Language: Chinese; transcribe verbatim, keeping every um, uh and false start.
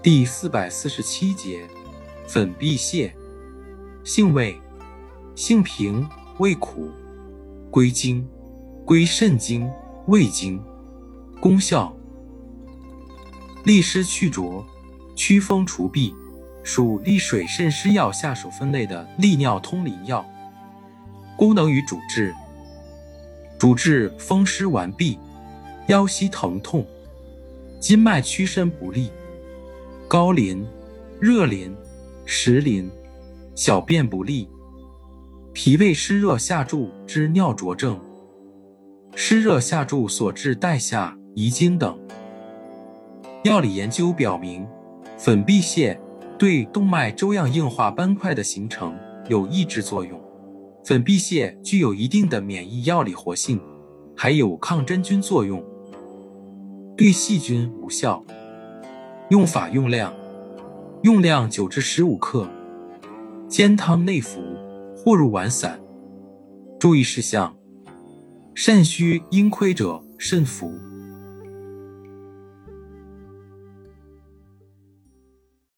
第四百四十七节，粉碧泻。性味：性平，味苦，归经：归肾经、胃经。功效：利湿去浊，祛风除痹，属利水渗湿药下属分类的利尿通淋药。功能与主治：主治风湿顽痹、腰膝疼痛、筋脉屈伸不利、高淋、热淋、实淋、小便不利、脾胃湿热下注之尿浊症、湿热下注所致带下、遗精等。药理研究表明，粉碧泻对动脉粥样硬化斑块的形成有抑制作用。粉碧泻具有一定的免疫药理活性，还有抗真菌作用，对细菌无效。用法用量：用量九至十五克，煎汤内服，或入丸散。注意事项：肾虚阴亏者慎服。